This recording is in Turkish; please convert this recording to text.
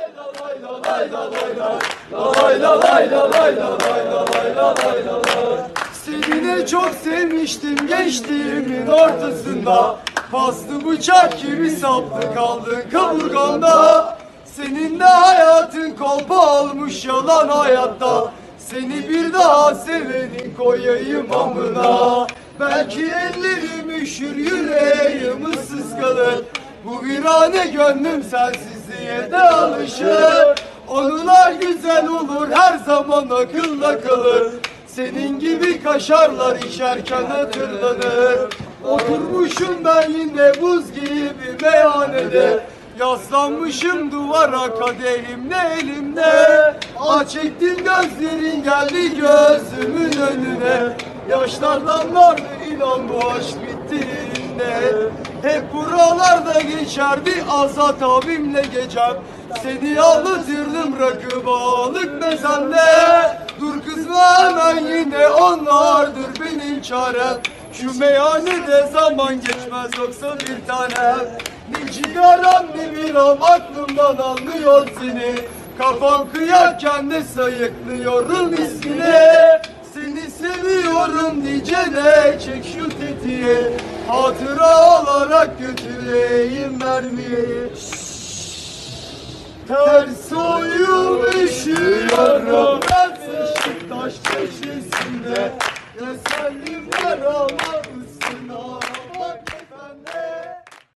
Seni çok sevmiştim gençliğimin ortasında. Paslı bıçak gibi saplı kaldın kaburgamda. Senin de hayatın kolpa almış yalan hayatta. Seni bir daha sevenin koyayım amına. Belki ellerim üşür, yüreğim ıssız kalır. Bu virane gönlüm sensizliğe de alışır. Anılar güzel olur, her zaman akılda kalır. Senin gibi kaşarlar içerken hatırlanır. Oturmuşum ben yine buz gibi meyhanede. Yaslanmışım duvara, kadehimle elimde. Çektin gözlerin geldi gözümün önüne. Yaşlar damlardı, inan bu aşk bitti elinde. Hep buralarda geçerdi Azat abimle gecem. Seni ağlatırdım rakı balık mezende. Dur kızma hemen, yine onlardır benim çarem. Şu meyhanede zaman geçmez yoksa bir tanem. Ne cigaram ne biram aklımdan almıyor seni. Kafam kıyakken de sayıklıyorum ismini. Seni seviyorum diyeceğine çek şu tetiği. Hatıra olarak götüreyim mermiyi. Ters oyun üşüyorum ben Beşiktaş köşesinde. Tesellim var ama